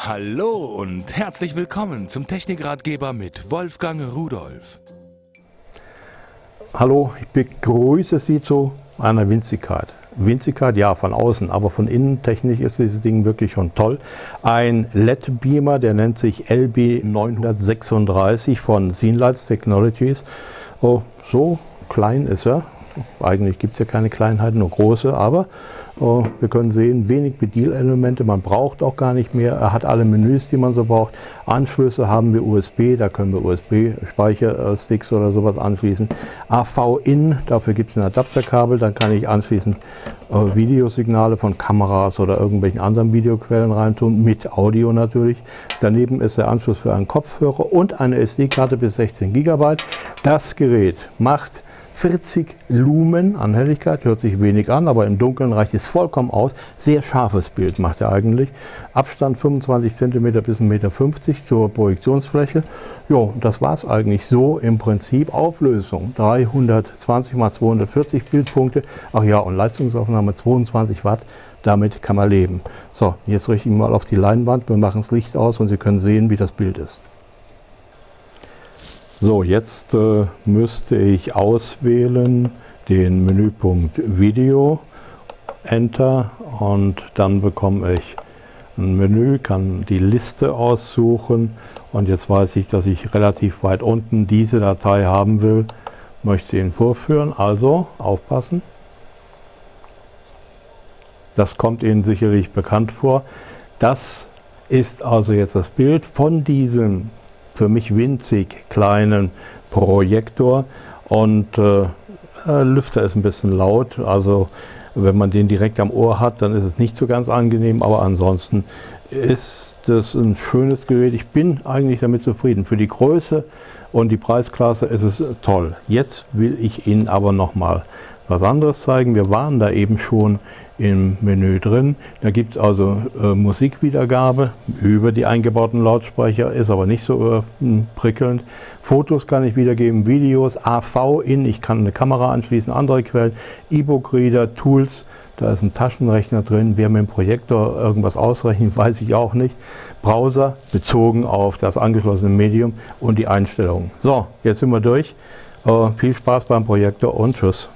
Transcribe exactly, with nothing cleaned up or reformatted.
Hallo und herzlich willkommen zum Technikratgeber mit Wolfgang Rudolph. Hallo, ich begrüße Sie zu einer Winzigkeit. Winzigkeit, ja, von außen, aber von innen technisch ist dieses Ding wirklich schon toll. Ein L E D-Beamer, der nennt sich L B neunhundertsechsunddreißig von Zenlights Technologies. Oh, so klein ist er. Eigentlich gibt es ja keine Kleinheiten, nur große, aber oh, wir können sehen, wenig Bedienelemente, man braucht auch gar nicht mehr. Er hat alle Menüs, die man so braucht. Anschlüsse haben wir U S B, da können wir U S B-Speichersticks oder sowas anschließen. A V-In, dafür gibt es ein Adapterkabel, dann kann ich anschließend äh, Videosignale von Kameras oder irgendwelchen anderen Videoquellen reintun, mit Audio natürlich. Daneben ist der Anschluss für einen Kopfhörer und eine S D-Karte bis sechzehn Gigabyte. Das Gerät macht vierzig Lumen an Helligkeit, hört sich wenig an, aber im Dunkeln reicht es vollkommen aus. Sehr scharfes Bild macht er eigentlich. Abstand fünfundzwanzig Zentimeter bis ein Meter fünfzig zur Projektionsfläche. Jo, das war es eigentlich so im Prinzip. Auflösung dreihundertzwanzig mal zweihundertvierzig Bildpunkte. Ach ja, und Leistungsaufnahme zweiundzwanzig Watt. Damit kann man leben. So, jetzt richte ich mal auf die Leinwand. Wir machen das Licht aus und Sie können sehen, wie das Bild ist. So, jetzt äh, müsste ich auswählen den Menüpunkt Video, Enter, und dann bekomme ich ein Menü, kann die Liste aussuchen, und jetzt weiß ich, dass ich relativ weit unten diese Datei haben will, möchte Ihnen vorführen, also aufpassen. Das kommt Ihnen sicherlich bekannt vor. Das ist also jetzt das Bild von diesem für mich winzig kleinen Projektor, und äh, der Lüfter ist ein bisschen laut, also wenn man den direkt am Ohr hat, dann ist es nicht so ganz angenehm, aber ansonsten ist das ein schönes Gerät. Ich bin eigentlich damit zufrieden. Für die Größe und die Preisklasse ist es toll. Jetzt will ich Ihnen aber noch mal was anderes zeigen. Wir waren da eben schon im Menü drin. Da gibt es also äh, Musikwiedergabe über die eingebauten Lautsprecher, ist aber nicht so äh, prickelnd. Fotos kann ich wiedergeben, Videos, A V-In, ich kann eine Kamera anschließen, andere Quellen, E-Book-Reader, Tools, da ist ein Taschenrechner drin. Wer mit dem Projektor irgendwas ausrechnet, weiß ich auch nicht. Browser bezogen auf das angeschlossene Medium und die Einstellungen. So, jetzt sind wir durch. Äh, viel Spaß beim Projektor und tschüss.